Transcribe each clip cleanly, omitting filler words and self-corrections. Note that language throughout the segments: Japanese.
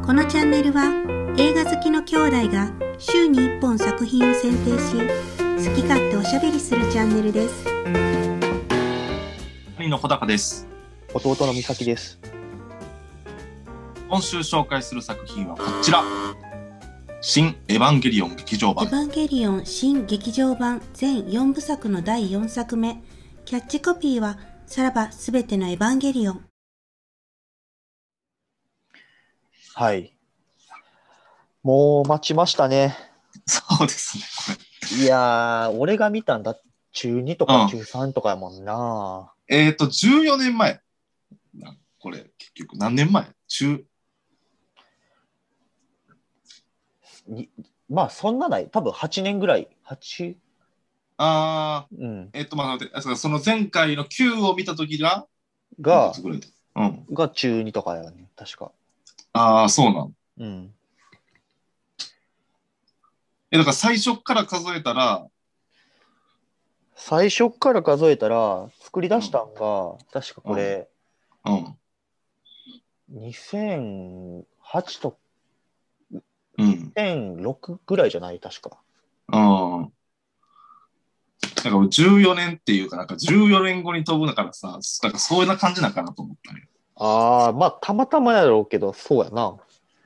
このチャンネルは映画好きの兄弟が週に1本作品を選定し、好き勝手おしゃべりするチャンネルです。 兄の小高です。 弟の美咲です。 今週紹介する作品はこちら。新エヴァンゲリオン劇場版。 エヴァンゲリオン新劇場版全4部作の第4作目。キャッチコピーはさらばすべてのエヴァンゲリオン。 はい。もう待ちましたね。 そうですね。 いやー、俺が見たんだ。中2とか中3とかやもんな。 14年前。これ、結局何年前？ まあ、そんなない。多分8年ぐらい。8？ うん。待って、その前回の9を見た時がが中2とかやね。確か。 そうなん。 うん。 だから最初から数えたら、 作り出したんが、確かこれ、2008と、2006ぐらいじゃない？確か。 なんか14年っていうか、なんか14年後に飛ぶだからさ、なんかそういうな感じなんかなと思ったね。 まあ、たまたまやろうけど、そうやな。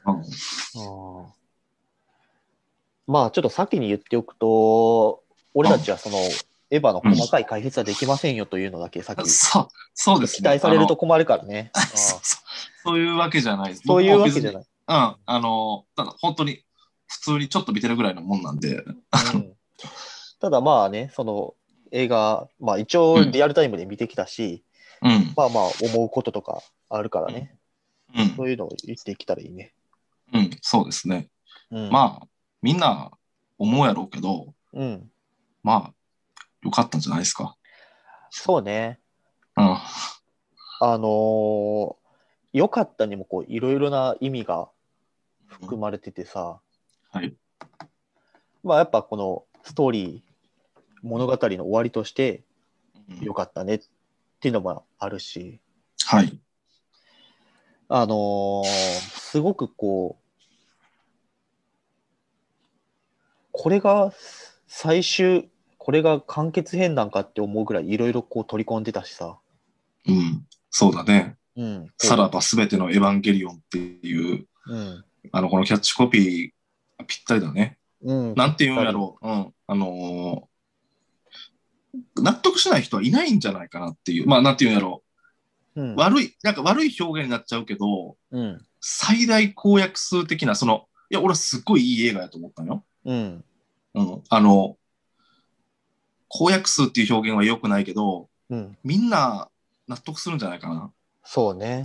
まあ、ちょっと先に言っておくと、俺たちはその、エヴァの細かい解説はできませんよというのだけ先に、 そうですね。 期待されると困るからね。 そういうわけじゃないです。 そういうわけじゃない。 ただ本当に普通にちょっと見てるぐらいのもんなんで。 ただまあね、その映画、まあ一応リアルタイムで見てきたし、まあまあ思うこととかあるからね。そういうのを言っていけたらいいね。 そうですね。まあ、みんな思うやろうけど、まあ、よかったんじゃないですか。 そうね。よかったにもこういろいろな意味が含まれててさ、まあやっぱこのストーリー、物語の終わりとしてよかったねっていうのもあるし、すごくこう、これが完結編なんかって思うぐらいいろいろこう取り込んでたしさ。 そうだね。さらばすべてのエヴァンゲリオンっていう、このキャッチコピーぴったりだね。なんていうんやろう。納得しない人はいないんじゃないかなっていう。まあ、なんていうんやろう。悪い表現になっちゃうけど、最大公約数的な、いや、俺はすっごいいい映画やと思ったのよ。公約数っていう表現は良くないけど、みんな納得するんじゃないかな。 そうね。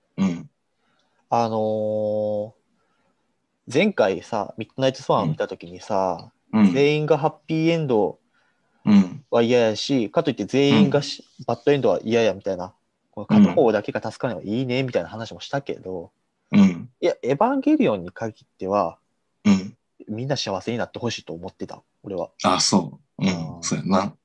前回さ、ミッドナイトスワンを見たときにさ、全員がハッピーエンドは嫌やし、かといって全員がバッドエンドは嫌やみたいな、この片方だけが助かるのはいいねみたいな話もしたけど、いや、エヴァンゲリオンに限っては、みんな幸せになってほしいと思ってた、俺は。 そう。そうやな。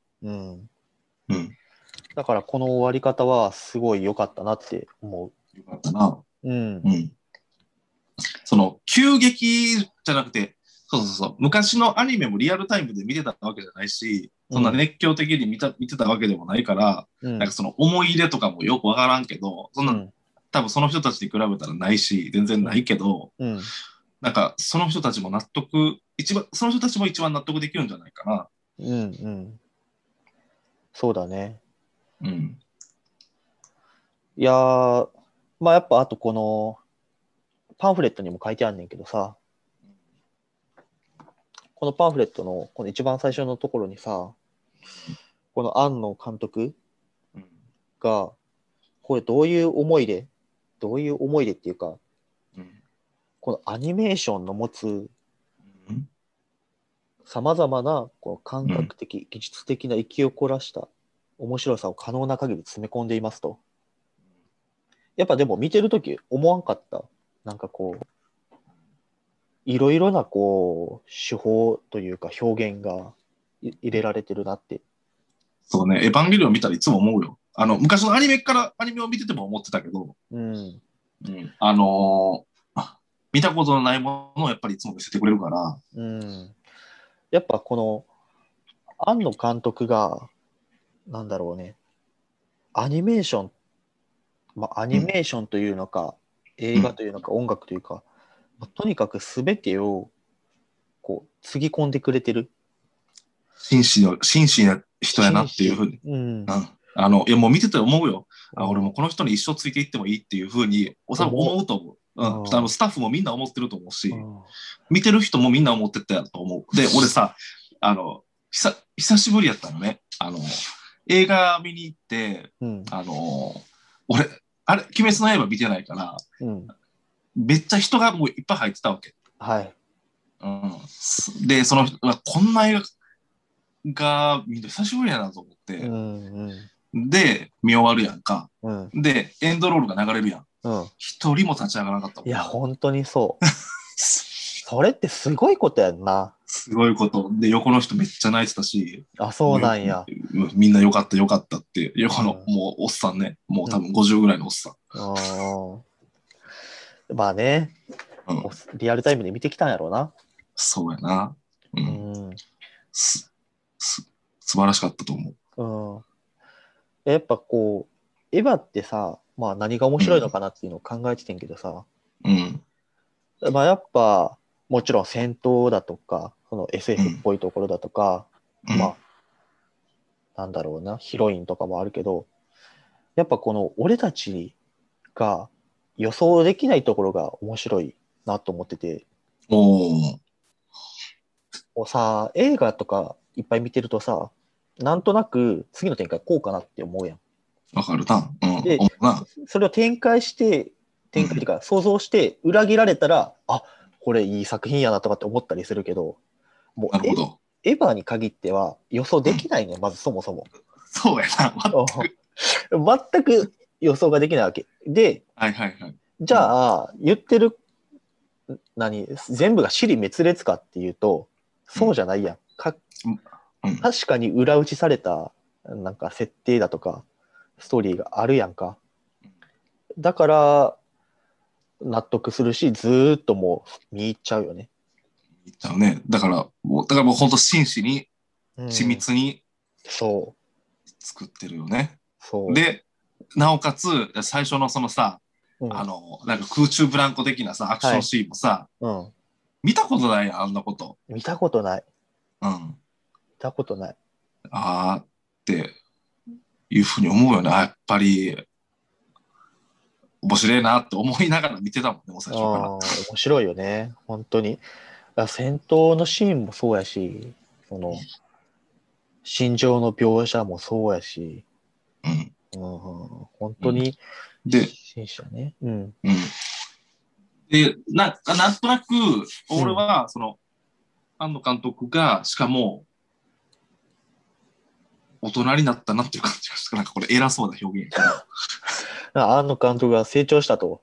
だからこの終わり方はすごい良かったなって思う。 良かったな。急激じゃなくて、昔のアニメもリアルタイムで見てたわけじゃないし、そんな熱狂的に見てたわけでもないから、なんかその思い入れとかもよくわからんけど、多分その人たちに比べたらないし、全然ないけど、なんかその人たちもその人たちも一番納得できるんじゃないかな。 そうだね。いやー、まあやっぱあとこのパンフレットにも書いてあんねんけどさ、このパンフレットのこの一番最初のところにさ、この庵野監督が、これどういう思いでっていうか、このアニメーションの持つさまざまなこの感覚的、技術的な生きを凝らした面白さを可能な限り詰め込んでいますと。やっぱでも見てるとき思わんかった。なんかこう、いろいろなこう手法というか表現が入れられてるなって。 そうね、エヴァンゲリオン見たらいつも思うよ。昔のアニメを見てても思ってたけど、 見たことのないものをやっぱりいつも見せてくれるから。 うん。やっぱこの、庵野監督が、なんだろうね、アニメーション、アニメーションというのか、映画というのか、音楽というか、とにかく全てを、こう、つぎ込んでくれてる。 真摯な人やなっていうふうに。いやもう見てて思うよ。俺もこの人に一生ついていってもいいっていうふうに、多分思うと思う。スタッフもみんな思ってると思うし、見てる人もみんな思ってたと思う。で、俺さ、久しぶりやったのね。映画見に行って、俺、鬼滅の刃見てないから、めっちゃ人がもういっぱい入ってたわけ。 はい。 で、その人が、こんな映画がみんな久しぶりやなと思って、で、見終わるやんか。で、エンドロールが流れるやん。一人も立ち上がらなかったもん。 いや、本当にそう。それってすごいことやんな。 すごいこと。で、横の人めっちゃ泣いてたし。 あ、そうなんや。 みんなよかったよかったって、横の、もうおっさんね。もう多分50ぐらいのおっさん。まあね、リアルタイムで見てきたんやろうな。 そうやな。素晴らしかったと思う。やっぱこう、エヴァってさ、まあ何が面白いのかなっていうのを考えててんけどさ、まあやっぱ、もちろん戦闘だとか、その SF っぽいところだとか、まあ、なんだろうな、ヒロインとかもあるけど、やっぱこの俺たちが予想できないところが面白いなと思ってて、もうさ、映画とかいっぱい見てるとさ、なんとなく次の展開こうかなって思うやん。 わかるな。 で、それを展開っていうか想像して裏切られたら、あ、これいい作品やなとかって思ったりするけど、もうエヴァに限っては予想できないね、まずそもそも。 そうやな、 全く予想ができないわけ。で、じゃあ、言ってる、全部が支離滅裂かっていうと、そうじゃないやん。確かに裏打ちされた、なんか設定だとか、ストーリーがあるやんか。だから、納得するし、ずーっともう見入っちゃうよね。 見入っちゃうね。だからもう本当真摯に、緻密に作ってるよね。で、なおかつ、最初のそのさ、なんか空中ブランコ的なさ、アクションシーンもさ、見たことないあんなこと。 見たことない。見たことない。 あーっていうふうに思うよね。やっぱり、面白いなって思いながら見てたもんね、もう最初から。 面白いよね、本当に。戦闘のシーンもそうやし、その、心情の描写もそうやし、本当に、真摯だね。 で、なんとなく、俺は、その、庵野監督が、しかも、大人になったなっていう感じがした。なんかこれ偉そうな表現。 庵野監督が成長したと。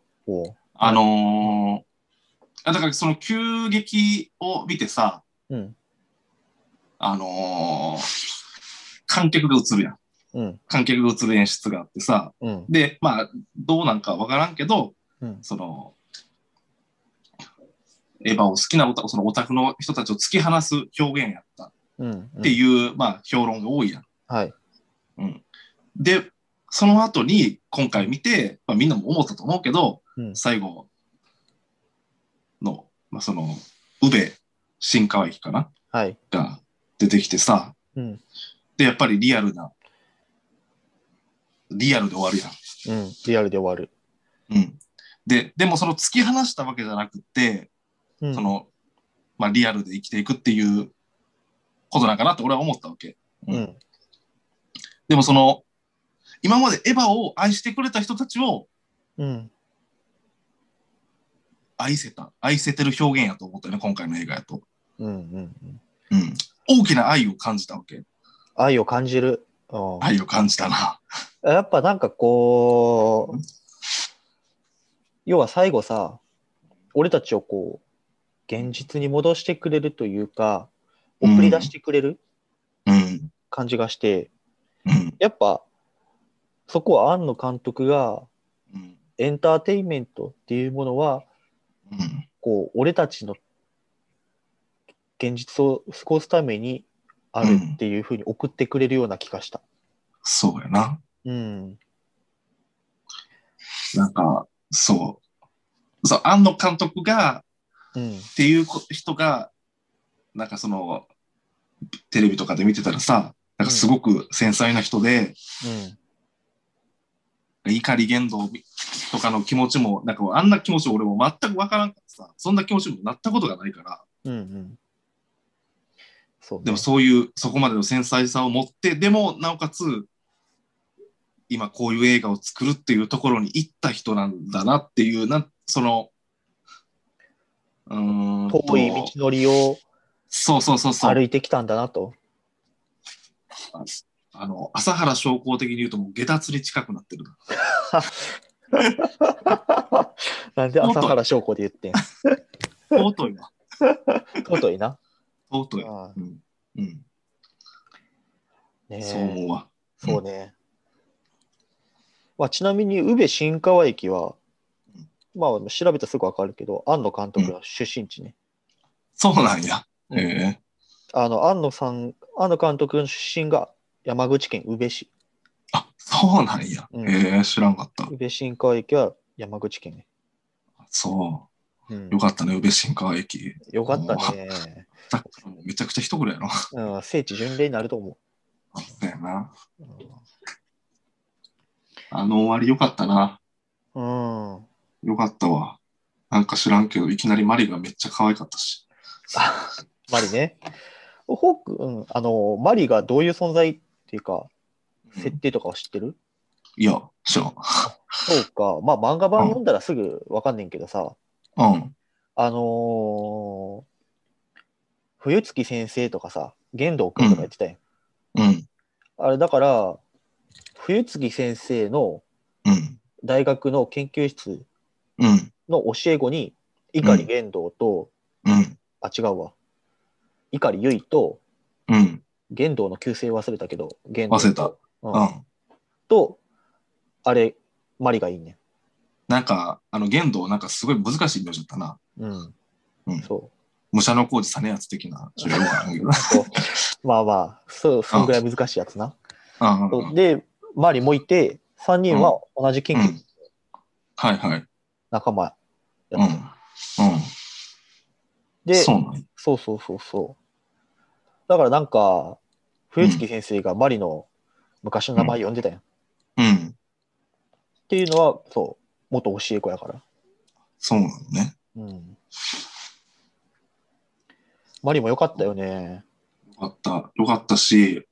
だからその急激を見てさ、観客が映るやん。観客が映る演出があってさ、で、まあ、どうなんかわからんけど、その、エヴァを好きなそのオタクの人たちを突き放す表現やったっていう、まあ、評論が多いやん。で、その後に今回見て、まあ、みんなも思ったと思うけど、最後の、まあ、その、宇部新川駅かな、が出てきてさ、で、やっぱりリアルで終わるやん。 リアルで終わる。 でもその突き放したわけじゃなくて、その、まあ、リアルで生きていくっていうことなんかなって俺は思ったわけ。でもその、今までエヴァを愛してくれた人たちを、愛せてる表現やと思ったよね、今回の映画やと。大きな愛を感じたわけ。 愛を感じる。 愛を感じたな。 やっぱなんかこう、要は最後さ、俺たちをこう、現実に戻してくれるというか、送り出してくれる感じがして、やっぱ、そこは庵野監督が、エンターテインメントっていうものは、 こう、俺たちの現実を過ごすためにあるっていうふうに送ってくれるような気がした。 そうやな。 うん。 なんか、そう。そう、庵野監督が、っていう人が、なんかその、テレビとかで見てたらさ、なんかすごく繊細な人で、怒り言動とかの気持ちも、なんかあんな気持ち俺も全くわからんからさ、そんな気持ちもなったことがないから、 そうね、 でもそういう、そこまでの繊細さを持って、でもなおかつ、今こういう映画を作るっていうところに行った人なんだなっていう、その、 遠い道のりを歩いてきたんだなと。 朝原将校的に言うともう下脱に近くなってる。 なんで朝原将校で言ってん尊いな。 尊いな。 尊い。 ね、 そう思うわ。 そうね。まあ、ちなみに宇部新川駅は、まあ調べたらすぐわかるけど、庵野監督の出身地ね。 そうなんや。 庵野監督の出身が山口県宇部市。 あ、そうなんや。知らんかった。 宇部新川駅は山口県ね。 そう。よかったね、宇部新川駅。 よかったね。 めちゃくちゃ一苦労やろ。聖地巡礼になると思う。 そうやな。終わりよかったな。よかったわ。なんか知らんけど、いきなりマリがめっちゃ可愛かったし。 マリね。ホーク、マリがどういう存在っていうか、設定とかは知ってる？ いや、知らん。 そうか。まあ、漫画版読んだらすぐわかんねんけどさ。冬月先生とかさ、玄道くんとか言ってたやん。あれだから、冬月先生の大学の研究室の教え子に、碇玄道と、違うわ。碇結衣と、玄道の旧姓忘れたけど、玄道忘れた。 と、あれ、マリがいいねん。 なんか、玄道、なんかすごい難しい名字だったな。 そう。 武者の工事実やつ的な授業があるけど。 まあまあ、そんぐらい難しいやつな。で、マリもいて、3人は同じ研究仲間やった。で、そう。だからなんか、冬月先生がマリの昔の名前呼んでたやん。っていうのは、そう、元教え子やから。 そうなのね。 マリもよかったよね。 よかったし、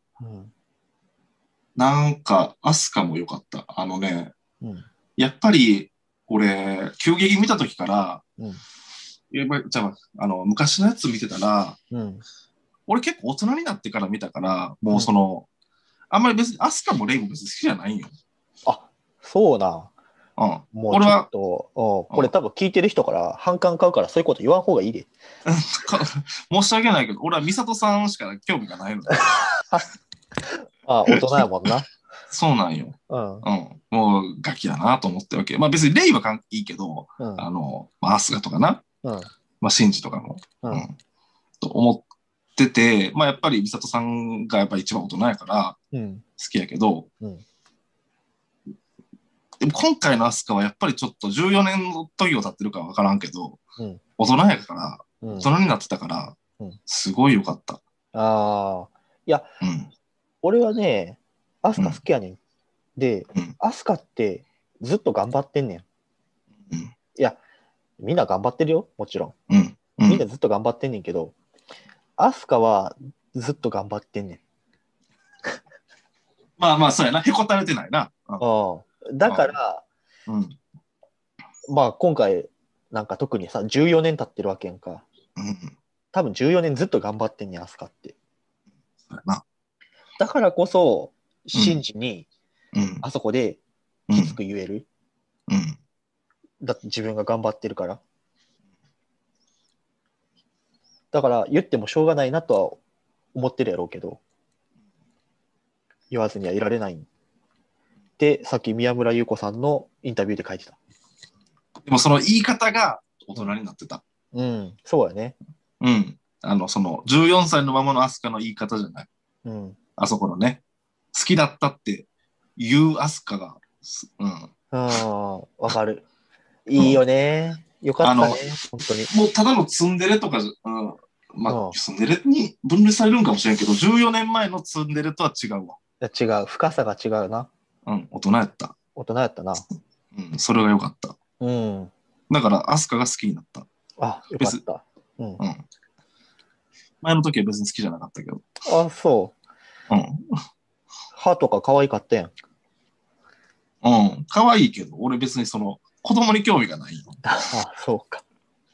なんか、アスカもよかった。やっぱり、俺、急激見た時から、じゃあ、昔のやつ見てたら、俺結構大人になってから見たから、もうあんまり別に、アスカもレイも別に好きじゃないんよ。 あ、そうな。もうちょっと、これ多分聞いてる人から反感買うからそういうこと言わん方がいいで。 申し訳ないけど、俺は美里さんしか興味がないので。 大人やもんな。 そうなんよ。もうガキやなと思ってるわけ。まあ別にレイはいいけど、アスガとかな。まあシンジとかも。と思ってて、まあやっぱり美里さんがやっぱり一番大人やから好きやけど、でも今回のアスカはやっぱりちょっと14年の時を経ってるかわからんけど、大人やから、大人になってたから、すごい良かった。 いや、俺はね、アスカ好きやねん。で、アスカってずっと頑張ってんねん。いや、みんな頑張ってるよ、もちろん。みんなずっと頑張ってんねんけど、アスカはずっと頑張ってんねん。 まあまあ、そうやな。へこたれてないな。 だから、まあ今回、なんか特にさ、14年経ってるわけやんか。多分14年ずっと頑張ってんねん、アスカって。だからこそ、シンジに、あそこできつく言える。だって自分が頑張ってるから。だから言ってもしょうがないなとは思ってるやろうけど、言わずにはいられない。で、さっき宮村優子さんのインタビューで書いてた。 でもその言い方が大人になってた。 うん、そうやね。 うん。その、14歳のままのアスカの言い方じゃない。 うん。 あそこのね、好きだったって言うアスカが、うん。 うん、わかる。 うん。 いいよね。よかったね。本当に。 もうただのツンデレとかじゃ、うん。まあ、 うん。 ツンデレに分類されるんかもしれんけど、14年前のツンデレとは違うわ。 違う。深さが違うな。 うん、大人やった。 大人やったな。 うん、それが良かった。 うん。 だから、アスカが好きになった。 あ、よかった。うん。 うん。前の時は別に好きじゃなかったけど。 あ、そう。 うん。 歯とか可愛かったやん。 うん。可愛いけど、俺別にその、子供に興味がないよ。 あ、そうか。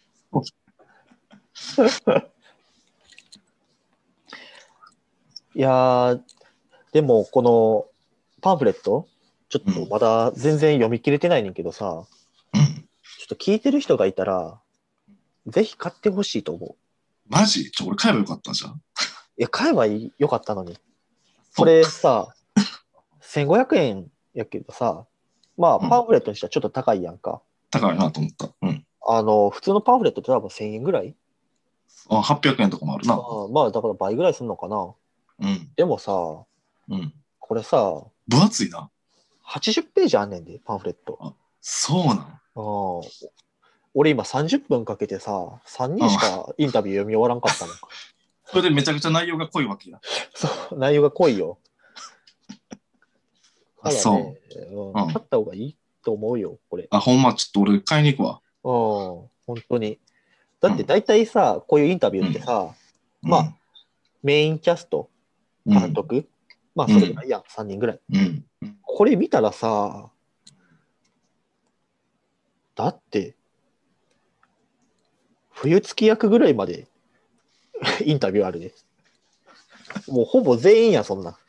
いやー、でも、このパンフレット、ちょっとまだ全然読み切れてないねんけどさ、 うん。 ちょっと聞いてる人がいたら、ぜひ買ってほしいと思う。 マジ俺買えばよかったじゃん。 いや、買えばよかったのに。これさ、1500円やけどさ、まあ、パンフレットにしてはちょっと高いやんか。 高いなと思った。うん。 普通のパンフレットって多分1000円ぐらいあ、800円とかもあるな。 まあ、だから倍ぐらいするのかな。 うん。 でもさ、 うん。 これさ、 分厚いな。 80ページあんねんで、パンフレット。 あ、そうなの俺今30分かけてさ、3人しかインタビュー読み終わらんかったの。 それでめちゃくちゃ内容が濃いわけや。 そう、内容が濃いよ。 あ、そう。買った方がいいと思うよ、これ。 あ、ほんま、ちょっと俺買いに行くわ。 本当に。だって大体さ、こういうインタビューってさ、まあ、メインキャスト、監督、まあ、それぐらいやん、3人ぐらい。これ見たらさ、だって、冬月役ぐらいまでインタビューあるね。もうほぼ全員や、そんな。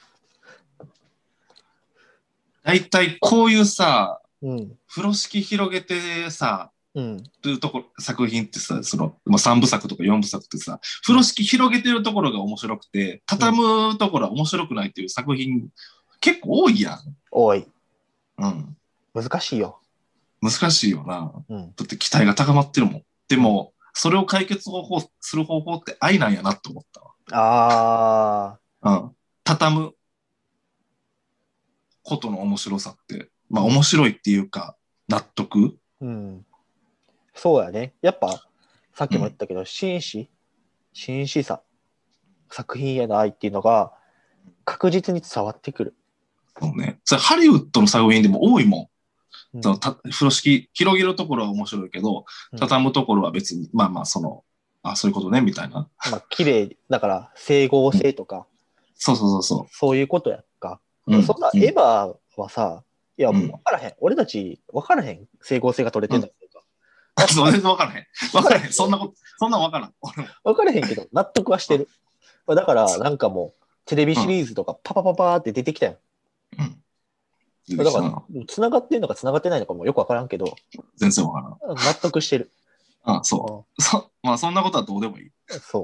大体こういうさ、 うん、 風呂敷広げてさ、 うん、 るとこ作品ってさ、その、まあ、3部作とか4部作ってさ、風呂敷広げてるところが面白くて、畳むところは面白くないっていう作品、結構多いやん。 多い。 うん。 難しいよ。 難しいよな。 うん、 だって期待が高まってるもん。でも、それを解決する方法って愛なんやなって思ったわ。うん。畳むことの面白さって、まあ面白いっていうか、納得。 うん。そうやね。やっぱ、さっきも言ったけど、真摯さ、作品への愛っていうのが確実に伝わってくる。 そうね。それハリウッドの作品でも多いもん。その風呂敷広げるところは面白いけど、畳むところは別に、まあまあその、あ、そういうことね、みたいな。 まあ、綺麗、だから整合性とか、 そうそうそうそう。 そういうことやっか。そんなエヴァはさ、いや、もう分からへん。俺たち分からへん。整合性が取れてんのか。 それで分からへん。分からへん。そんな分からん。 分からへんけど、納得はしてる。だから、なんかもう、テレビシリーズとかパパパパーって出てきたやん。だから、繋がってんのか繋がってないのかもよく分からんけど、 全然分からん。 納得してる。 そう。まあ、そんなことはどうでもいい。 そう。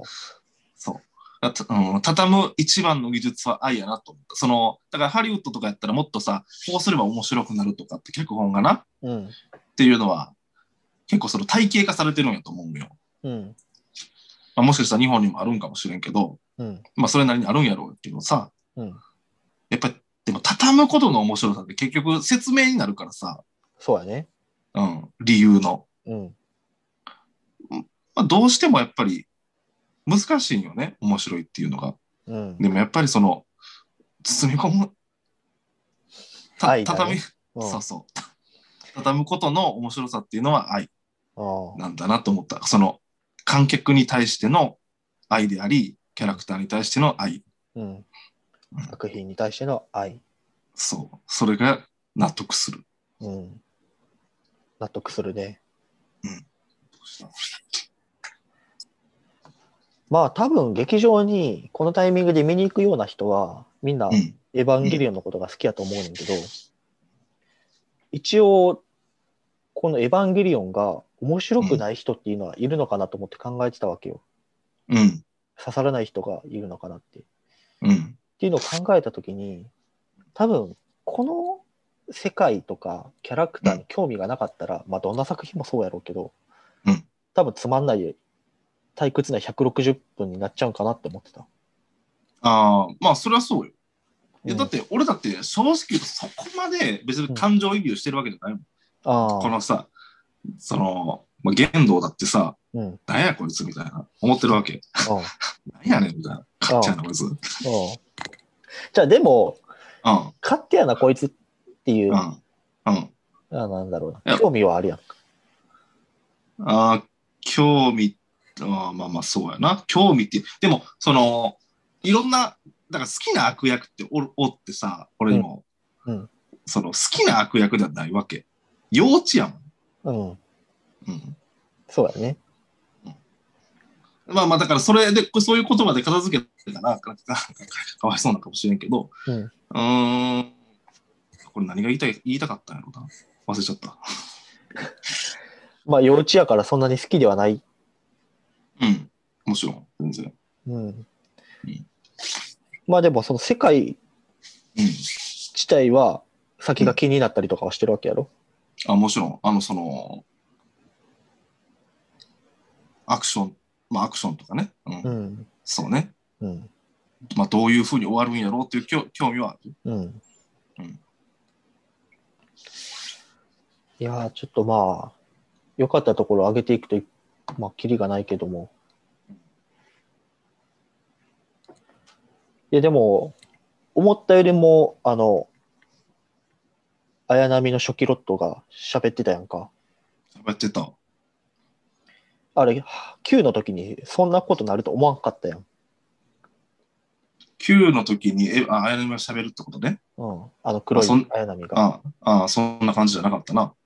畳む一番の技術は愛やなと思った。だからハリウッドとかやったらもっとさ、こうすれば面白くなるとかって脚本がな、っていうのは、結構その体系化されてるんやと思うよ。まあ、もしかしたら日本にもあるんかもしれんけど、まあそれなりにあるんやろうけどさ、やっぱり、でも畳むことの面白さって結局説明になるからさ。 そうやね。 理由の。まあどうしてもやっぱり難しいよね、面白いっていうのが。でもやっぱりその、包み込む、そうそう。畳むことの面白さっていうのは愛なんだなと思った。その観客に対しての愛であり、キャラクターに対しての愛。 作品に対しての愛。 そう。それが納得する。 納得するね。まあ多分劇場にこのタイミングで見に行くような人はみんなエヴァンゲリオンのことが好きやと思うねんけど、一応このエヴァンゲリオンが面白くない人っていうのはいるのかなと思って考えてたわけよ。刺さらない人がいるのかなって。っていうのを考えたときに、多分この世界とかキャラクターに興味がなかったら、まあどんな作品もそうやろうけど、多分つまんない退屈な160分になっちゃうんかなって思ってた。 ああ、まあ、それはそうよ。いや、だって、俺だって正直言うとそこまで別に感情移入してるわけじゃないもん。このさ、まあ、言動だってさ、なんやこいつみたいな、思ってるわけ。なんやねんみたいな。勝手やなこいつ。 じゃあでも、勝手やなこいつっていう、なんだろうな、興味はあるやんか。 興味、まあまあそうやな。興味って、でも、いろんな、だから好きな悪役っておってさ、俺にも、好きな悪役ではないわけ。幼稚やもん。 そうだね。 まあまあ、だからそれで、そういう言葉で片付けたら、かわいそうなかもしれんけど、これ何が言いたかったんやろうな。忘れちゃった。 まあ、幼稚やからそんなに好きではない。 もちろん、全然。 まあでも、その世界自体は先が気になったりとかはしてるわけやろ。 もちろん、アクションとかね。そうね。まあ、どういうふうに終わるんやろうっていう興味はある。 いやー、ちょっとまあ、良かったところを上げていくと、まあ、キリがないけども。いや、でも、思ったよりも、綾波の初期ロットが喋ってたやんか。 喋ってた。 あれ、Q の時にそんなことなると思わんかったやん。 Q の時に、綾波が喋るってことね。 黒い綾波が。 そんな感じじゃなかったな。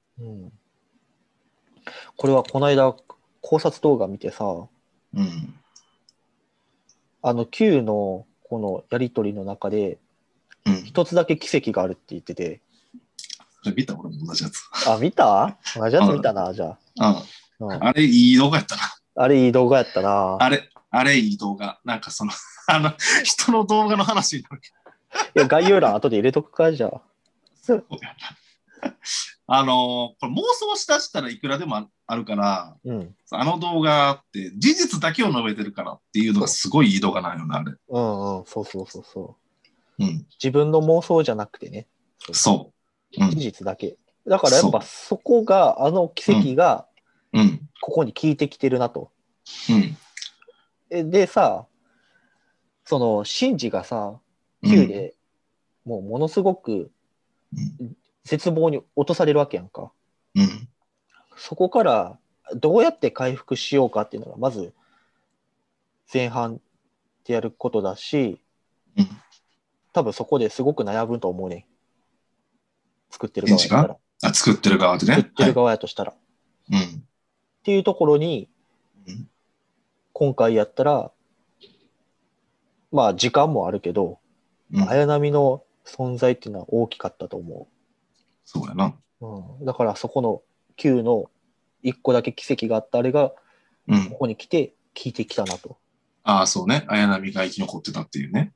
これはこの間、考察動画見てさ、Q のこのやりとりの中で、一つだけ奇跡があるって言ってて。 見た俺も同じやつ。 見た同じやつ見たな、じゃあ。 あれ、いい動画やったな。 あれ、いい動画やったな。 あれ、いい動画。なんか人の動画の話になるけど。いや、概要欄後で入れとくか、じゃあ。 そうやな。これ妄想しだしたらいくらでもあるから、あの動画って事実だけを述べてるからっていうのがすごいいい動画なんよな、あれ。 そう。自分の妄想じゃなくてね。 そう。 事実だけ。だからやっぱそこが、奇跡が、ここに効いてきてるなと。でさ、シンジがさ、Q でもうものすごく絶望に落とされるわけやんか。そこからどうやって回復しようかっていうのがまず前半でやることだし、多分そこですごく悩むと思うね。作ってる側やったら。 作ってる側でね。 作ってる側やとしたら。っていうところに、今回やったら、まあ時間もあるけど、綾波の存在っていうのは大きかったと思う。 そうやな。 だからそこの Q の一個だけ奇跡があったあれが、ここに来て効いてきたなと。 そうね。綾波が生き残ってたっていうね。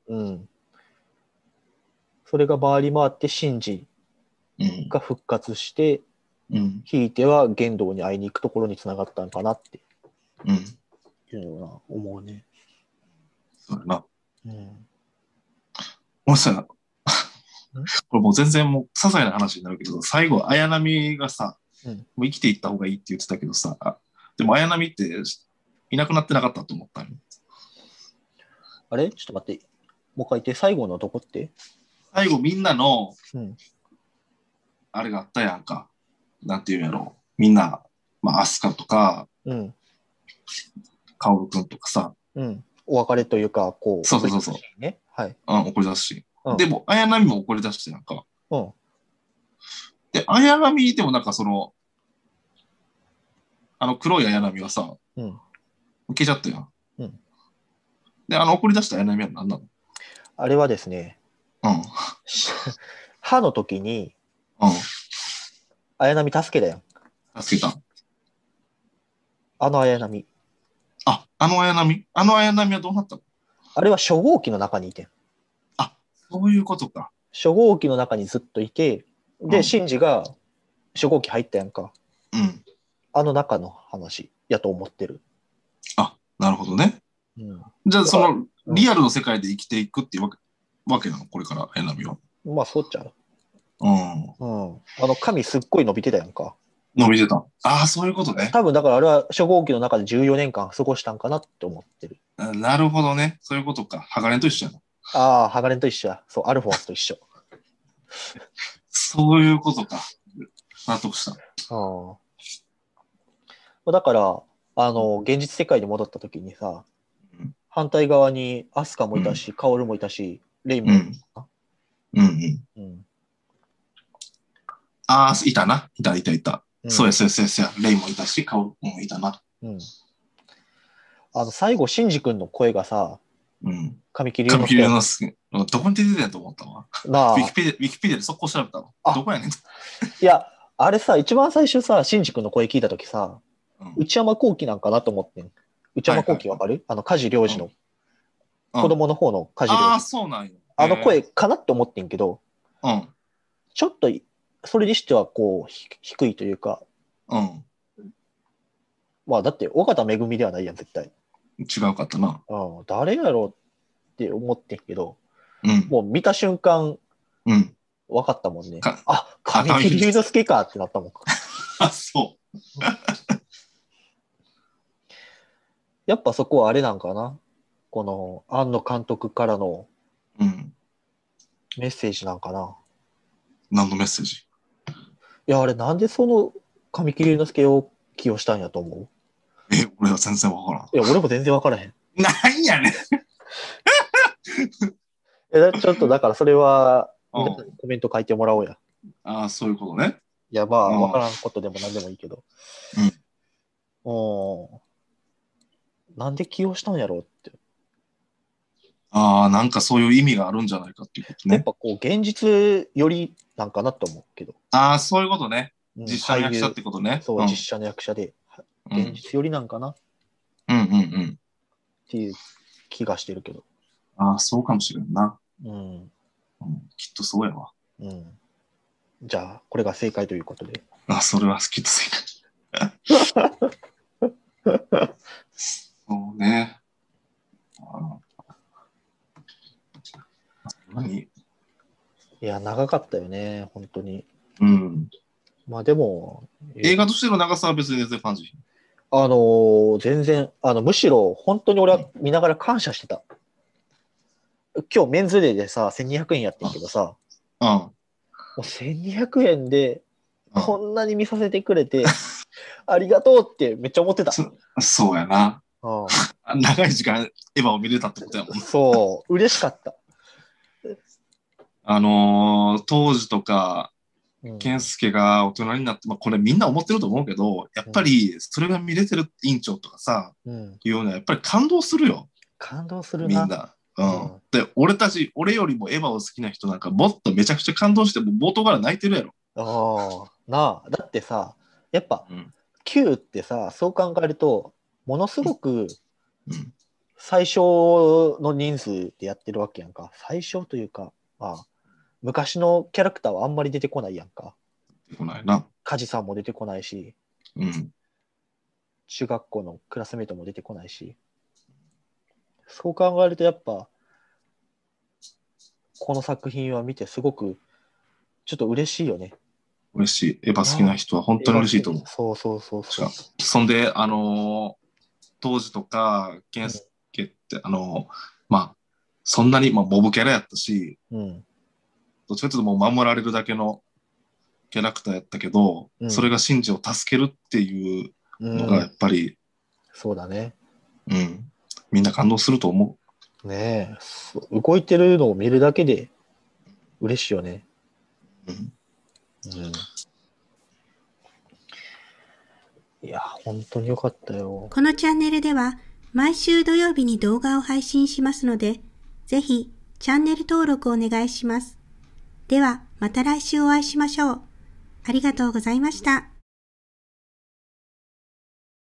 それが回り回ってシンジが復活して、ひいては玄道に会いに行くところにつながったのかなっていうのは思うね。 そうやな。もしさ、これもう全然もう些細な話になるけど、最後、綾波がさ、もう生きていった方がいいって言ってたけどさ、でも綾波っていなくなってなかったと思ったの。 あれちょっと待って。もう一回言って、最後のとこって最後みんなの、あれがあったやんか。なんていうんやろう。みんな、まあ、アスカとか、カオルくんとかさ。 お別れというか、こう。 そう。 ね。はい。 怒り出すし。でも、綾波も怒り出してやんか。で、綾波でもなんか黒い綾波はさ、消えちゃったやん。で、怒り出した綾波は何なの？ あれはですね、歯の時に、綾波助けたやん。 助けた。 綾波。 綾波はどうなったの？ あれは初号機の中にいてん。 そういうことか。 初号機の中にずっといて、で、シンジが初号機入ったやんか。あの中の話やと思ってる。 なるほどね。 うん、 じゃあ、その、リアルの世界で生きていくっていうわけなのこれから、エナミは。 まあ、そうっちゃう。 うん。 うん。髪すっごい伸びてたやんか。 伸びてた。ああ、そういうことね。 多分、だからあれは初号機の中で14年間過ごしたんかなって思ってる。 なるほどね。そういうことか。ハガレンと一緒やな。 ああ、ハガレンと一緒や。そう、アルフォンスと一緒。 そういうことか。納得した。 だから、現実世界に戻った時にさ、反対側にアスカもいたし、カオルもいたし、レイもいた。 ああ、いたな。いた。そうや。レイもいたし、カオルもいたな。 最後、シンジ君の声がさ、神木隆之介。どこに出てたんと思ったわ。ウィキペディアで速攻調べたわ。どこやねん。 いや、あれさ、一番最初さ、シンジ君の声聞いたときさ、内山聖輝なんかなと思ってん。内山聖輝わかる？梶良二の。子供の方の梶良二。 ああ、そうなんや。声かなって思ってんけど、ちょっと、それにしてはこう、低いというか、まあ、だって、尾形めぐみではないやん、絶対。 違うかったな。 誰やろうって思ってんけど、もう見た瞬間、分かったもんね。神木隆之介かってなったもん。 あ、そう。 やっぱそこはあれなんかな。この、庵野監督からのメッセージなんかな。 何のメッセージ？ いや、あれなんでその神木隆之介を起用したんやと思う？ 俺は全然わからん。 いや、俺も全然わからへん。 なんやねん。 ちょっとだからそれは、コメント書いてもらおうや。 ああ、そういうことね。 いや、まあ、わからんことでも何でもいいけど。なんで起用したんやろうって。 ああ、なんかそういう意味があるんじゃないかっていうことね。 やっぱこう、現実よりなんかなと思うけど。 ああ、そういうことね。実写の役者ってことね。 そう、実写の役者で。現実よりなんかなっていう気がしてるけど。 ああ、そうかもしれんな。きっとそうやわ。 じゃあ、これが正解ということで。 それはきっと正解。そうね。何？ いや、長かったよね、本当に。まあでも。 映画としての長さは別に全然感じ。 全然、むしろ本当に俺は見ながら感謝してた。今日メンズデーでさ、1200円やってんけどさ、もう1200円でこんなに見させてくれて、ありがとうってめっちゃ思ってた。 そうやな。長い時間エヴァを見れたってことやもん。 そう、嬉しかった。 当時とか、健介が大人になって、これみんな思ってると思うけど、やっぱりそれが見れてる院長とかさ、いうのはやっぱり感動するよ。 感動するな。 みんな。で、俺よりもエヴァを好きな人なんかもっとめちゃくちゃ感動しても冒頭から泣いてるやろ。 だってさ、やっぱ、Q ってさ、そう考えると、ものすごく最小の人数でやってるわけやんか。最小というか、昔のキャラクターはあんまり出てこないやんか。 出てこないな。 梶さんも出てこないし、中学校のクラスメートも出てこないし。そう考えるとやっぱ、この作品は見てすごく、ちょっと嬉しいよね。 嬉しい。エヴァ好きな人は本当に嬉しいと思う。 そう。 そんで、当時とか、健介って、そんなに、モブキャラやったし、どっちかというともう守られるだけのキャラクターやったけど、それがシンジを助けるっていうのがやっぱり、 そうだね。 みんな感動すると思う。ねえ、動いてるのを見るだけで嬉しいよね。いや、本当によかったよ。 このチャンネルでは毎週土曜日に動画を配信しますので、ぜひチャンネル登録お願いします。ではまた来週お会いしましょう。ありがとうございました。